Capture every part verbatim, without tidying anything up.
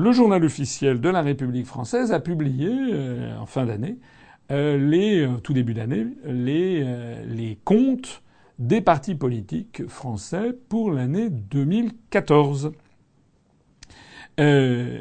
le journal officiel de la République française a publié, euh, en fin d'année, euh, les, euh, tout début d'année, les, euh, les comptes des partis politiques français pour l'année deux mille quatorze. Euh,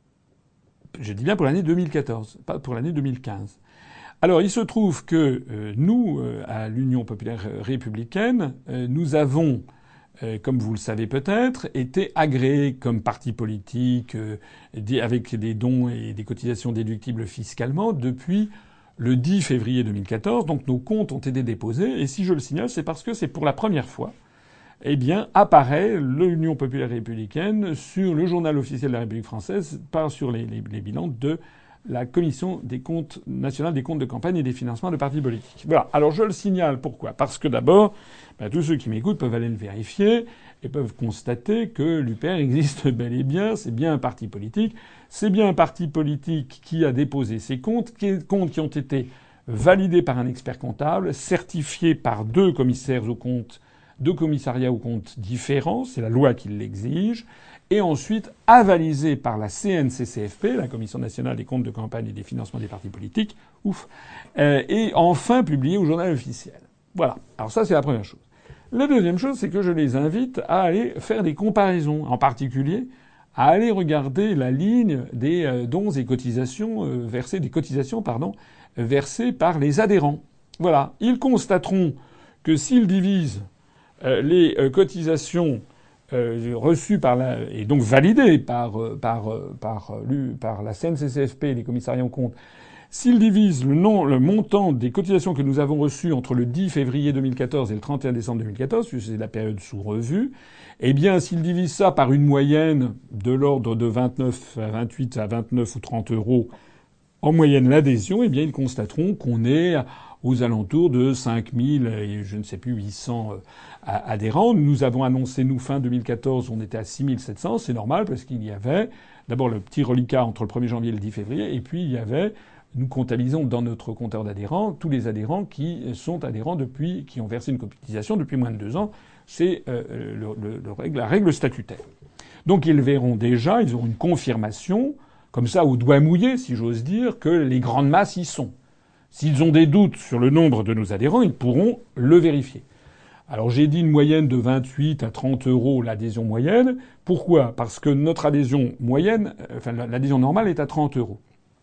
je dis bien pour l'année deux mille quatorze, pas pour l'année deux mille quinze. Alors, il se trouve que euh, nous, euh, à l'Union populaire républicaine, euh, nous avons, euh, comme vous le savez peut-être, été agréés comme parti politique euh, des, avec des dons et des cotisations déductibles fiscalement depuis le dix février deux mille quatorze. Donc, nos comptes ont été déposés. Et si je le signale, c'est parce que c'est pour la première fois, eh bien, apparaît l'Union populaire républicaine sur le journal officiel de la République française, pas sur les, les, les bilans de la Commission des comptes nationale des comptes de campagne et des financements de partis politiques. Voilà. Alors je le signale. Pourquoi ? Parce que d'abord, ben, tous ceux qui m'écoutent peuvent aller le vérifier et peuvent constater que l'U P R existe bel et bien. C'est bien un parti politique. C'est bien un parti politique qui a déposé ses comptes, qui, comptes qui ont été validés par un expert comptable, certifiés par deux commissaires aux comptes, deux commissariats aux comptes différents. C'est la loi qui l'exige. Et ensuite avalisé par la C N C C F P, la Commission nationale des comptes de campagne et des financements des partis politiques, ouf, euh, et enfin publié au journal officiel. Voilà. Alors ça, c'est la première chose. La deuxième chose, c'est que je les invite à aller faire des comparaisons, en particulier à aller regarder la ligne des euh, dons et cotisations euh, versées, des cotisations, pardon, versées par les adhérents. Voilà. Ils constateront que s'ils divisent euh, les euh, cotisations Euh, reçu par la, et donc validé par, par, par, par la C N C C F P et les commissariats aux comptes, s'ils divisent le, nom, le montant des cotisations que nous avons reçues entre le dix février deux mille quatorze et le trente et un décembre deux mille quatorze, puisque c'est la période sous revue, eh bien, s'ils divisent ça par une moyenne de l'ordre de vingt-neuf à vingt-huit à vingt-neuf ou trente euros, en moyenne l'adhésion, eh bien, ils constateront qu'on est aux alentours de cinq mille et je ne sais plus huit cents adhérents. Nous avons annoncé, nous, fin deux mille quatorze, on était à six mille sept cents. C'est normal parce qu'il y avait d'abord le petit reliquat entre le premier janvier et le dix février. Et puis, il y avait, nous comptabilisons dans notre compteur d'adhérents tous les adhérents qui sont adhérents depuis, qui ont versé une cotisation depuis moins de deux ans. C'est euh, le, le, le règle, la règle statutaire. Donc, ils verront déjà, ils auront une confirmation, comme ça, au doigt mouillé, si j'ose dire, que les grandes masses y sont. S'ils ont des doutes sur le nombre de nos adhérents, ils pourront le vérifier. Alors j'ai dit une moyenne de vingt-huit à trente euros l'adhésion moyenne. Pourquoi ? Parce que notre adhésion moyenne, enfin l'adhésion normale est à trente euros.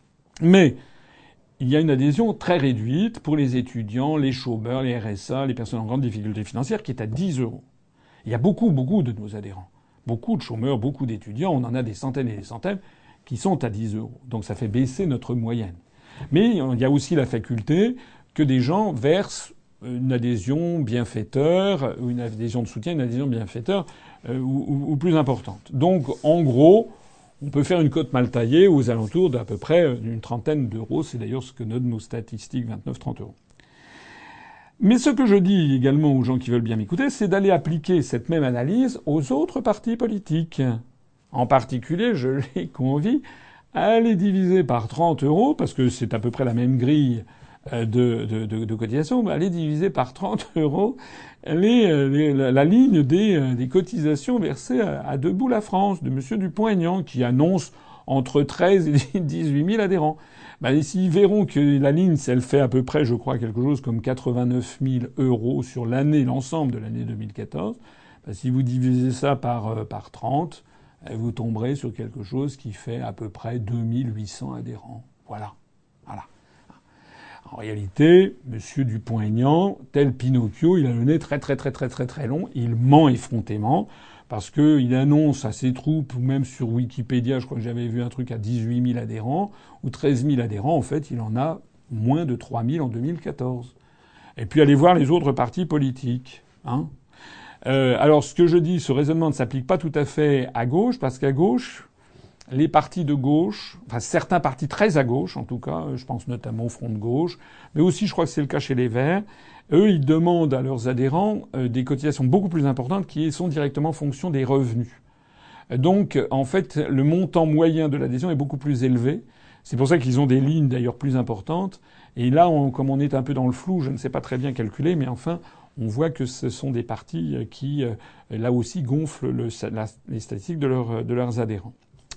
Mais il y a une adhésion très réduite pour les étudiants, les chômeurs, les R S A, les personnes en grande difficulté financière qui est à dix euros. Il y a beaucoup, beaucoup de nos adhérents. Beaucoup de chômeurs, beaucoup d'étudiants. On en a des centaines et des centaines qui sont à dix euros. Donc ça fait baisser notre moyenne. Mais il y a aussi la faculté que des gens versent une adhésion bienfaiteur, ou une adhésion de soutien, une adhésion bienfaiteur, euh, ou, ou, ou plus importante. Donc, en gros, on peut faire une cote mal taillée aux alentours d'à peu près une trentaine d'euros. C'est d'ailleurs ce que notent nos statistiques, vingt-neuf à trente euros. Mais ce que je dis également aux gens qui veulent bien m'écouter, c'est d'aller appliquer cette même analyse aux autres partis politiques. En particulier, je les convie à les diviser par trente euros, parce que c'est à peu près la même grille de, de, de, de cotisation, à les diviser par trente euros les, les, la ligne des, des cotisations versées à, à Debout la France, de M. Dupont-Aignan, qui annonce entre treize et dix-huit mille adhérents. Ben, s'ils verront que la ligne, elle fait à peu près, je crois, quelque chose comme quatre-vingt-neuf mille euros sur l'année, l'ensemble de l'année deux mille quatorze, ben, si vous divisez ça par, par trente, vous tomberez sur quelque chose qui fait à peu près deux mille huit cents adhérents. Voilà. Voilà. En réalité, M. Dupont-Aignan, tel Pinocchio, il a le nez très très très très très très long. Il ment effrontément parce qu'il annonce à ses troupes, ou même sur Wikipédia, je crois que j'avais vu un truc à dix-huit mille adhérents, ou treize mille adhérents. En fait, il en a moins de trois mille en deux mille quatorze. Et puis allez voir les autres partis politiques. Hein. Euh, alors ce que je dis, ce raisonnement ne s'applique pas tout à fait à gauche, parce qu'à gauche, les partis de gauche, enfin certains partis très à gauche en tout cas, je pense notamment au Front de gauche, mais aussi je crois que c'est le cas chez les Verts, eux ils demandent à leurs adhérents euh, des cotisations beaucoup plus importantes qui sont directement en fonction des revenus. Donc en fait le montant moyen de l'adhésion est beaucoup plus élevé. C'est pour ça qu'ils ont des lignes d'ailleurs plus importantes. Et là, on, comme on est un peu dans le flou, je ne sais pas très bien calculer, mais enfin, on voit que ce sont des partis qui, là aussi, gonflent le, la, les statistiques de, leur, de leurs adhérents.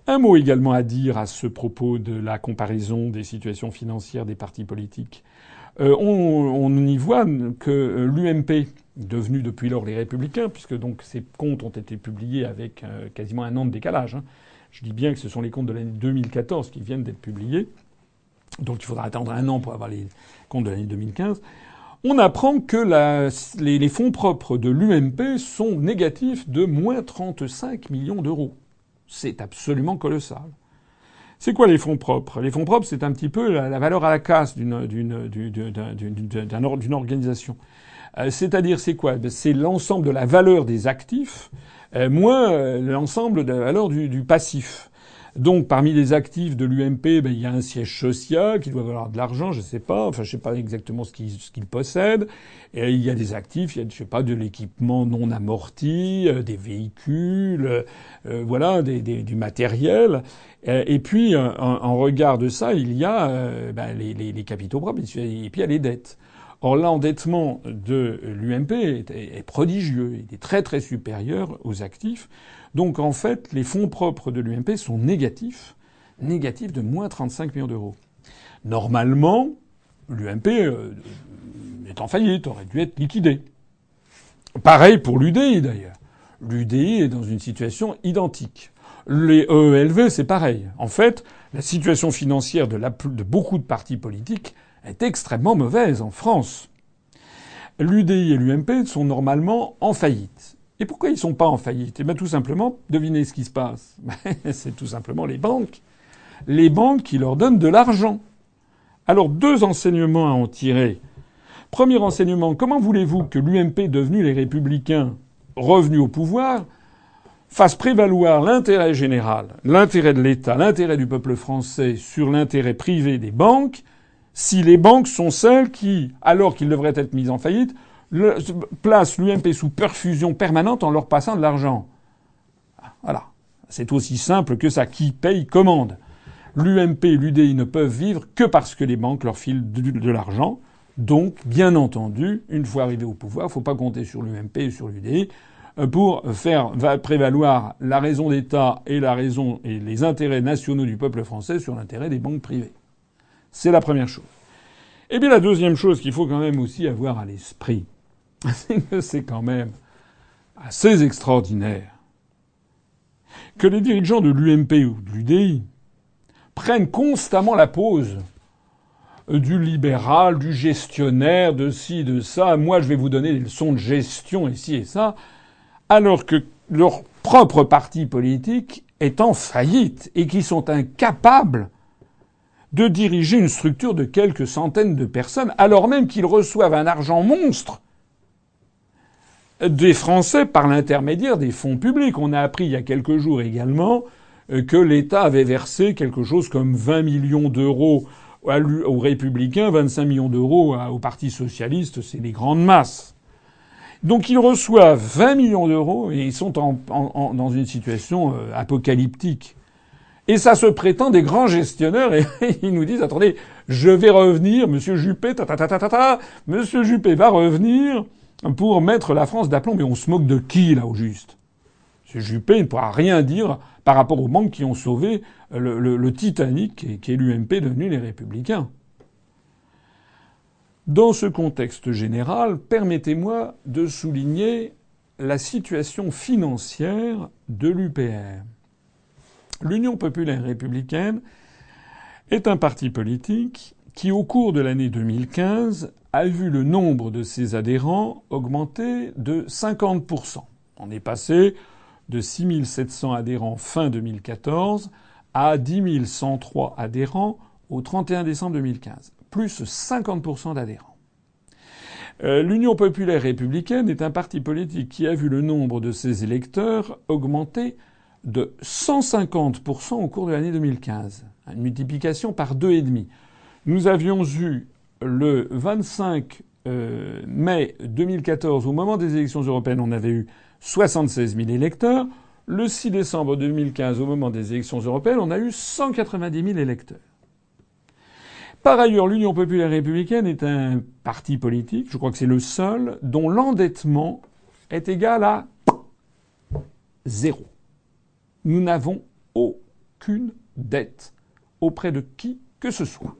Un mot également à dire à ce propos de la comparaison des situations financières des partis politiques. Euh, on, on y voit que l'U M P, devenu depuis lors les Républicains, puisque donc ces comptes ont été publiés avec euh, quasiment un an de décalage. Hein. Je dis bien que ce sont les comptes de l'année deux mille quatorze qui viennent d'être publiés. Donc il faudra attendre un an pour avoir les comptes de l'année deux mille quinze. On apprend que la, les, les fonds propres de l'U M P sont négatifs de moins trente-cinq millions d'euros. C'est absolument colossal. C'est quoi les fonds propres? Les fonds propres, c'est un petit peu la, la valeur à la casse d'une, d'une, d'une, d'une, d'une, d'une organisation. Euh, c'est-à-dire, c'est quoi? C'est l'ensemble de la valeur des actifs euh, moins euh, l'ensemble de la valeur du, du passif. Donc, parmi les actifs de l'U M P, ben, il y a un siège social qui doit valoir de l'argent, je sais pas. Enfin, je sais pas exactement ce qu'il, ce qu'il possède. Et il y a des actifs, il y a, je sais pas, de l'équipement non amorti, euh, des véhicules, euh, voilà, des, des, du matériel. Euh, et puis, en, en regard de ça, il y a euh, ben, les, les, les capitaux propres, et puis il y a les dettes. Or, l'endettement de l'U M P est, est, est prodigieux. Il est très, très supérieur aux actifs. Donc, en fait, les fonds propres de l'U M P sont négatifs, négatifs de moins trente-cinq millions d'euros. Normalement, l'U M P euh, est en faillite, aurait dû être liquidé. Pareil pour l'U D I, d'ailleurs. L'U D I est dans une situation identique. Les E E L V, c'est pareil. En fait, la situation financière de, la, de beaucoup de partis politiques est extrêmement mauvaise en France. L'U D I et l'U M P sont normalement en faillite. Et pourquoi ils sont pas en faillite? Eh bien, tout simplement, devinez ce qui se passe. C'est tout simplement les banques. Les banques qui leur donnent de l'argent. Alors, deux enseignements à en tirer. Premier enseignement, comment voulez-vous que l'U M P, devenu les Républicains, revenus au pouvoir, fasse prévaloir l'intérêt général, l'intérêt de l'État, l'intérêt du peuple français sur l'intérêt privé des banques, si les banques sont celles qui, alors qu'ils devraient être mises en faillite, le, placent l'U M P sous perfusion permanente en leur passant de l'argent. Voilà. C'est aussi simple que ça. Qui paye commande. L'U M P et l'U D I ne peuvent vivre que parce que les banques leur filent de, de l'argent. Donc, bien entendu, une fois arrivé au pouvoir, il ne faut pas compter sur l'U M P et sur l'U D I pour faire prévaloir la raison d'État et la raison et les intérêts nationaux du peuple français sur l'intérêt des banques privées. C'est la première chose. Et bien la deuxième chose qu'il faut quand même aussi avoir à l'esprit, c'est que c'est quand même assez extraordinaire que les dirigeants de l'U M P ou de l'U D I prennent constamment la pose du libéral, du gestionnaire, de ci, de ça. Moi, je vais vous donner des leçons de gestion ici et ça, alors que leur propre parti politique est en faillite et qu'ils sont incapables de diriger une structure de quelques centaines de personnes, alors même qu'ils reçoivent un argent monstre des Français par l'intermédiaire des fonds publics. On a appris il y a quelques jours également que l'État avait versé quelque chose comme vingt millions d'euros aux Républicains, vingt-cinq millions d'euros au Parti socialiste, c'est les grandes masses. Donc ils reçoivent vingt millions d'euros et ils sont en, en, dans une situation euh, apocalyptique. Et ça se prétend des grands gestionnaires et ils nous disent, attendez, je vais revenir, monsieur Juppé, ta ta ta ta ta ta, monsieur Juppé va revenir pour mettre la France d'aplomb. Mais on se moque de qui, là, au juste? Monsieur Juppé ne pourra rien dire par rapport aux banques qui ont sauvé le, le, le Titanic, qui est l'U M P devenu les Républicains. Dans ce contexte général, permettez-moi de souligner la situation financière de l'U P R. L'Union populaire républicaine est un parti politique qui, au cours de l'année deux mille quinze, a vu le nombre de ses adhérents augmenter de cinquante pour cent. On est passé de six mille sept cents adhérents fin deux mille quatorze à dix mille cent trois adhérents au trente et un décembre deux mille quinze. Plus cinquante pour cent d'adhérents. Euh, L'Union populaire républicaine est un parti politique qui a vu le nombre de ses électeurs augmenter de cent cinquante pour cent au cours de l'année deux mille quinze. Une multiplication par deux virgule cinq. Nous avions eu le vingt-cinq mai deux mille quatorze, au moment des élections européennes, on avait eu soixante-seize mille électeurs. Le six décembre deux mille quinze, au moment des élections européennes, on a eu cent quatre-vingt-dix mille électeurs. Par ailleurs, l'Union populaire républicaine est un parti politique, je crois que c'est le seul, dont l'endettement est égal à zéro. Nous n'avons aucune dette auprès de qui que ce soit.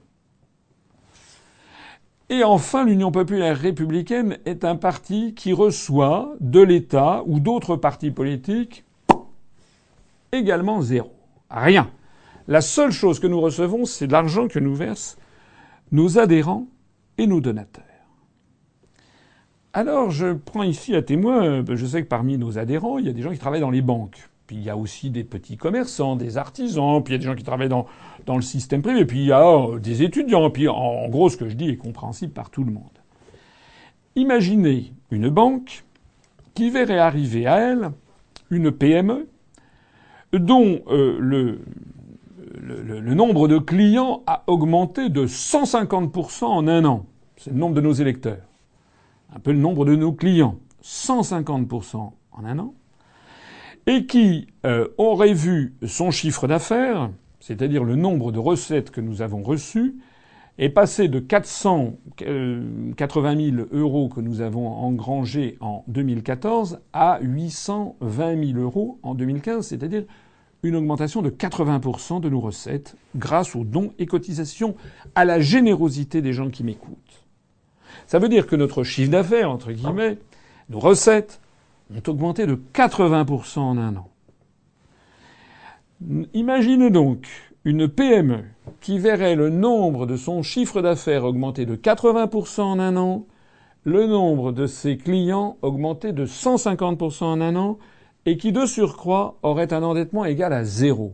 Et enfin, l'Union populaire républicaine est un parti qui reçoit de l'État ou d'autres partis politiques également zéro. Rien. La seule chose que nous recevons, c'est de l'argent que nous versent nos adhérents et nos donateurs. Alors, je prends ici à témoin, je sais que parmi nos adhérents, il y a des gens qui travaillent dans les banques. Puis il y a aussi des petits commerçants, des artisans, puis il y a des gens qui travaillent dans, dans le système privé, puis il y a oh, des étudiants. Puis en, en gros, ce que je dis est compréhensible par tout le monde. Imaginez une banque qui verrait arriver à elle une P M E dont euh, le, le, le nombre de clients a augmenté de cent cinquante pour cent en un an. C'est le nombre de nos électeurs. Un peu le nombre de nos clients. cent cinquante pour cent en un an. Et qui euh, aurait vu son chiffre d'affaires, c'est-à-dire le nombre de recettes que nous avons reçues, est passé de quatre cent quatre-vingt mille euros que nous avons engrangés en deux mille quatorze à huit cent vingt mille euros en deux mille quinze, c'est-à-dire une augmentation de quatre-vingts pour cent de nos recettes grâce aux dons et cotisations, à la générosité des gens qui m'écoutent. Ça veut dire que notre chiffre d'affaires, entre guillemets, nos recettes, ont augmenté de quatre-vingts pour cent en un an. Imaginez donc une P M E qui verrait le nombre de son chiffre d'affaires augmenter de quatre-vingts pour cent en un an, le nombre de ses clients augmenter de cent cinquante pour cent en un an, et qui, de surcroît, aurait un endettement égal à zéro.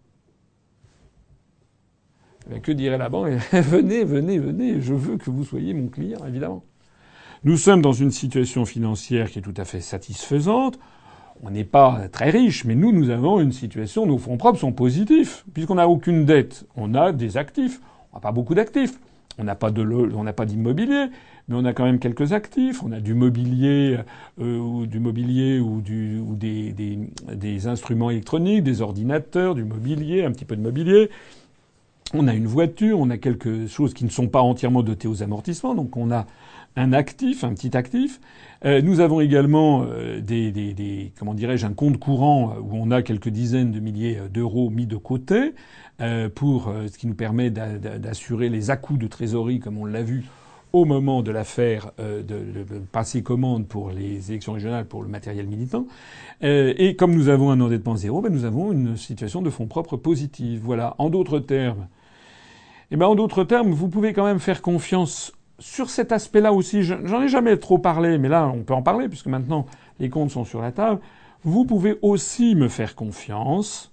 Mais que dirait la banque ? Venez, venez, venez, je veux que vous soyez mon client, évidemment. Nous sommes dans une situation financière qui est tout à fait satisfaisante. On n'est pas très riche, mais nous, nous avons une situation, nos fonds propres sont positifs. Puisqu'on n'a aucune dette, on a des actifs. On n'a pas beaucoup d'actifs. On n'a pas de, on n'a pas d'immobilier, mais on a quand même quelques actifs. On a du mobilier, euh, ou du mobilier ou, du, ou des, des, des instruments électroniques, des ordinateurs, du mobilier, un petit peu de mobilier. On a une voiture, on a quelque chose qui ne sont pas entièrement dotés aux amortissements, donc on a un actif, un petit actif. Euh, nous avons également euh, des, des, des, comment dirais-je, un compte courant où on a quelques dizaines de milliers d'euros mis de côté euh, pour euh, ce qui nous permet d'assurer les à-coups de trésorerie, comme on l'a vu au moment de l'affaire euh, de, de passer commande pour les élections régionales pour le matériel militant. Euh, et comme nous avons un endettement zéro, ben nous avons une situation de fonds propres positive. Voilà. En d'autres termes, eh ben en d'autres termes, vous pouvez quand même faire confiance sur cet aspect-là aussi. J'en ai jamais trop parlé, mais là, on peut en parler puisque maintenant les comptes sont sur la table. Vous pouvez aussi me faire confiance.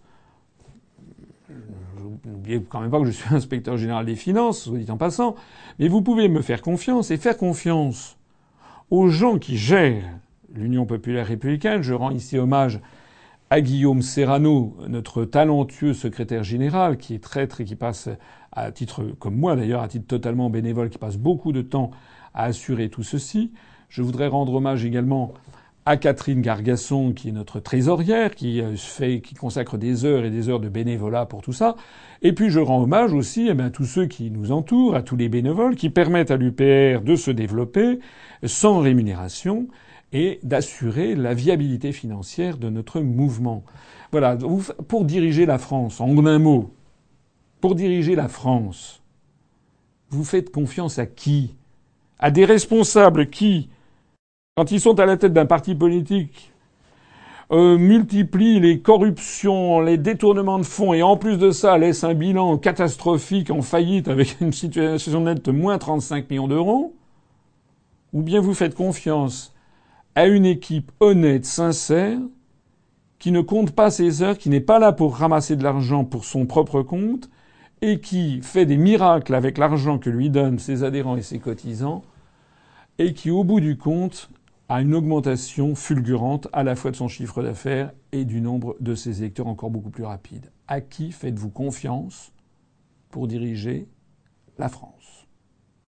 N'oubliez quand même pas que je suis inspecteur général des finances, soit dit en passant. Mais vous pouvez me faire confiance et faire confiance aux gens qui gèrent l'Union populaire républicaine. Je rends ici hommage à Guillaume Serrano, notre talentueux secrétaire général, qui est traître et qui passe à titre, comme moi d'ailleurs, à titre totalement bénévole, qui passe beaucoup de temps à assurer tout ceci. Je voudrais rendre hommage également à Catherine Gargasson, qui est notre trésorière, qui fait, qui consacre des heures et des heures de bénévolat pour tout ça. Et puis je rends hommage aussi, eh bien, à tous ceux qui nous entourent, à tous les bénévoles qui permettent à l'U P R de se développer sans rémunération et d'assurer la viabilité financière de notre mouvement. Voilà. Pour diriger la France, en un mot, pour diriger la France, vous faites confiance à qui ? À des responsables qui, quand ils sont à la tête d'un parti politique, euh, multiplient les corruptions, les détournements de fonds et en plus de ça laissent un bilan catastrophique en faillite avec une situation nette de moins trente-cinq millions d'euros, ou bien vous faites confiance à une équipe honnête, sincère, qui ne compte pas ses heures, qui n'est pas là pour ramasser de l'argent pour son propre compte, et qui fait des miracles avec l'argent que lui donnent ses adhérents et ses cotisants, et qui, au bout du compte, a une augmentation fulgurante à la fois de son chiffre d'affaires et du nombre de ses électeurs encore beaucoup plus rapide. À qui faites-vous confiance pour diriger la France ?